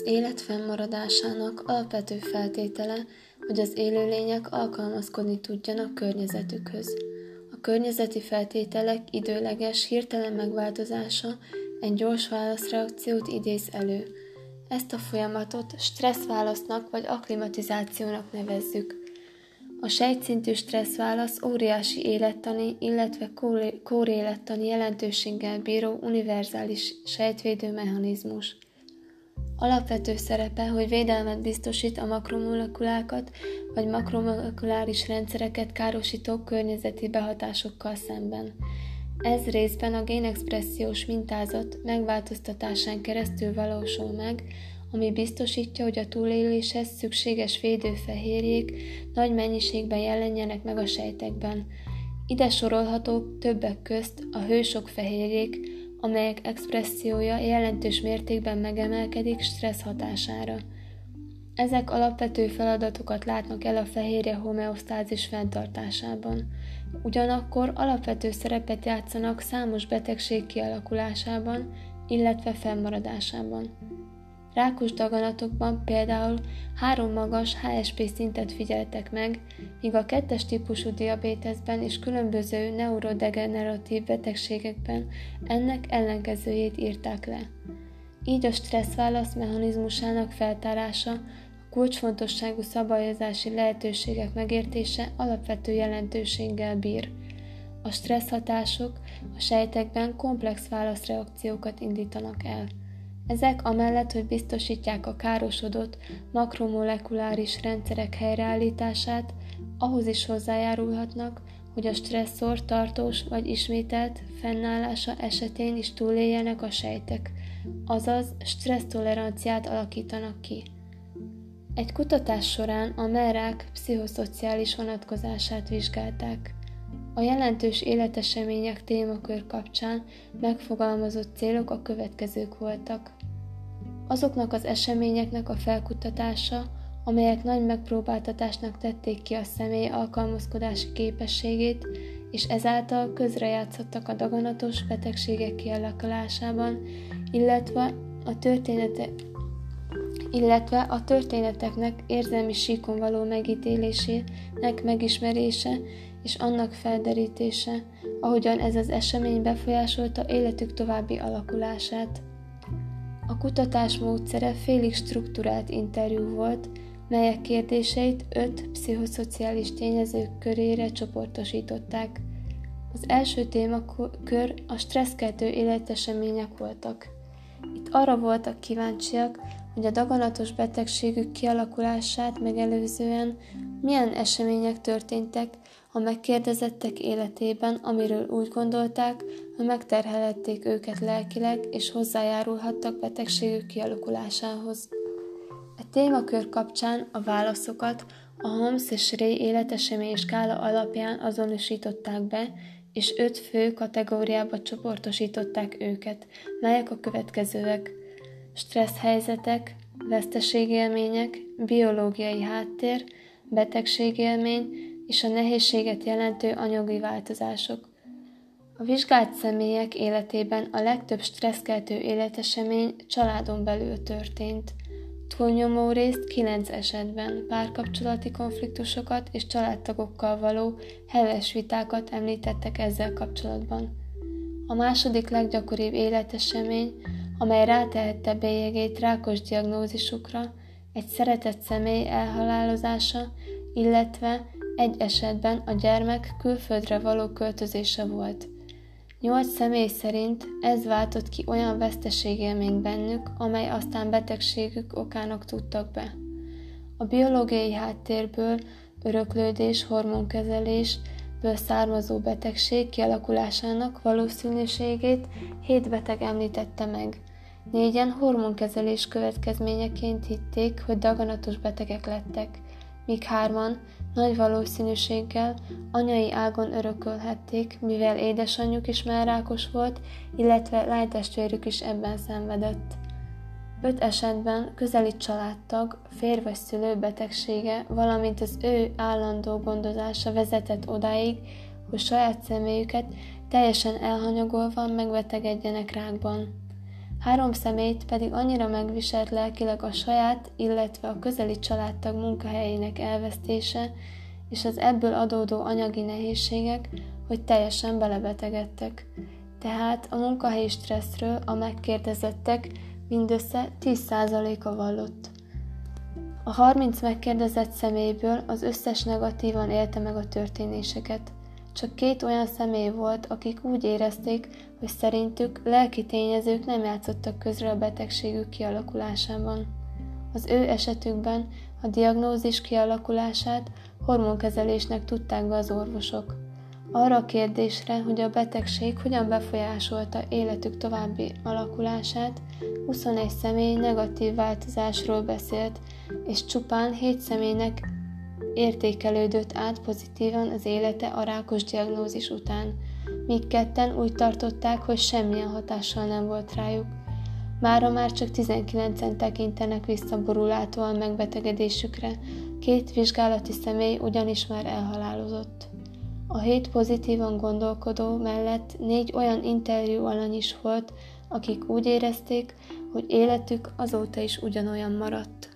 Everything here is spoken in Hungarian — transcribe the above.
élet fennmaradásának alapvető feltétele, hogy az élőlények alkalmazkodni tudjanak környezetükhöz. A környezeti feltételek időleges, hirtelen megváltozása egy gyors válaszreakciót idéz elő. Ezt a folyamatot stresszválasznak vagy akklimatizációnak nevezzük. A sejtszintű stresszválasz óriási élettani, illetve kórélettani jelentőséggel bíró univerzális sejtvédő mechanizmus. Alapvető szerepe, hogy védelmet biztosít a makromolekulákat vagy makromolekuláris rendszereket károsító környezeti behatásokkal szemben. Ez részben a génexpressziós mintázat megváltoztatásán keresztül valósul meg, ami biztosítja, hogy a túléléshez szükséges védőfehérjék nagy mennyiségben jelenjenek meg a sejtekben. Ide sorolhatók többek közt a hősok fehérjék, amelyek expressziója jelentős mértékben megemelkedik stressz hatására. Ezek alapvető feladatokat látnak el a fehérje homeosztázis fenntartásában. Ugyanakkor alapvető szerepet játszanak számos betegség kialakulásában, illetve fennmaradásában. Rákos daganatokban például 3 magas HSP szintet figyeltek meg, míg a 2-es típusú diabéteszben és különböző neurodegeneratív betegségekben ennek ellenkezőjét írták le. Így a stresszválasz mechanizmusának feltárása, a kulcsfontosságú szabályozási lehetőségek megértése alapvető jelentőséggel bír. A stressz hatások a sejtekben komplex válaszreakciókat indítanak el. Ezek amellett, hogy biztosítják a károsodott makromolekuláris rendszerek helyreállítását, ahhoz is hozzájárulhatnak, hogy a stresszor tartós vagy ismételt fennállása esetén is túléljenek a sejtek, azaz stressztoleranciát alakítanak ki. Egy kutatás során a mellrák pszichoszociális vonatkozását vizsgálták. A jelentős életesemények témakör kapcsán megfogalmazott célok a következők voltak. Azoknak az eseményeknek a felkutatása, amelyek nagy megpróbáltatásnak tették ki a személy alkalmazkodási képességét, és ezáltal közrejátszottak a daganatos betegségek kialakulásában, illetve a történeteknek érzelmi síkon való megítélésének megismerése és annak felderítése, ahogyan ez az esemény befolyásolta életük további alakulását. A kutatás módszere félig strukturált interjú volt, melyek kérdéseit 5 pszichoszociális tényezők körére csoportosították. Az első témakör a stresszkeltő életesemények voltak. Itt arra voltak kíváncsiak, hogy a daganatos betegségük kialakulását megelőzően milyen események történtek a megkérdezettek életében, amiről úgy gondolták, hogy megterhelhették őket lelkileg és hozzájárulhattak betegségük kialakulásához. A témakör kapcsán a válaszokat a Holmes és Ray életesemény skála alapján azonosították be, és 5 fő kategóriába csoportosították őket, melyek a következőek: stressz helyzetek, veszteségélmények, biológiai háttér, betegségélmény és a nehézséget jelentő anyagi változások. A vizsgált személyek életében a legtöbb stresszkeltő életesemény családon belül történt. Túlnyomó részt 9 esetben párkapcsolati konfliktusokat és családtagokkal való heves vitákat említettek ezzel kapcsolatban. A második leggyakoribb életesemény, amely rátehette bélyegét rákos diagnózisukra, egy szeretett személy elhalálozása, illetve egy esetben a gyermek külföldre való költözése volt. 8 személy szerint ez váltott ki olyan veszteségélményt bennük, amely aztán betegségük okának tudtak be. A biológiai háttérből öröklődés, hormonkezelésből származó betegség kialakulásának valószínűségét 7 beteg említette meg. 4-en hormonkezelés következményeként hitték, hogy daganatos betegek lettek, míg 3-an nagy valószínűséggel anyai ágon örökölhették, mivel édesanyjuk is már rákos volt, illetve lánytestvérük is ebben szenvedett. 5 esetben közeli családtag, férj vagy szülő betegsége, valamint az ő állandó gondozása vezetett odáig, hogy saját személyüket teljesen elhanyagolva megbetegedjenek rákban. 3 személyt pedig annyira megviselt lelkileg a saját, illetve a közeli családtag munkahelyének elvesztése és az ebből adódó anyagi nehézségek, hogy teljesen belebetegedtek. Tehát a munkahelyi stresszről a megkérdezettek mindössze 10%-a vallott. A 30 megkérdezett személyből az összes negatívan élte meg a történéseket. Csak 2 olyan személy volt, akik úgy érezték, hogy szerintük lelki tényezők nem játszottak közre a betegségük kialakulásában. Az ő esetükben a diagnózis kialakulását hormonkezelésnek tudták be az orvosok. Arra a kérdésre, hogy a betegség hogyan befolyásolta életük további alakulását, 21 személy negatív változásról beszélt, és csupán 7 személynek értékelődött át pozitívan az élete a rákos diagnózis után, míg 2-en úgy tartották, hogy semmilyen hatással nem volt rájuk. Mára már csak 19-en tekintenek vissza borulátóan megbetegedésükre, 2 vizsgálati személy ugyanis már elhalálozott. A 7 pozitívan gondolkodó mellett 4 olyan interjú alany is volt, akik úgy érezték, hogy életük azóta is ugyanolyan maradt.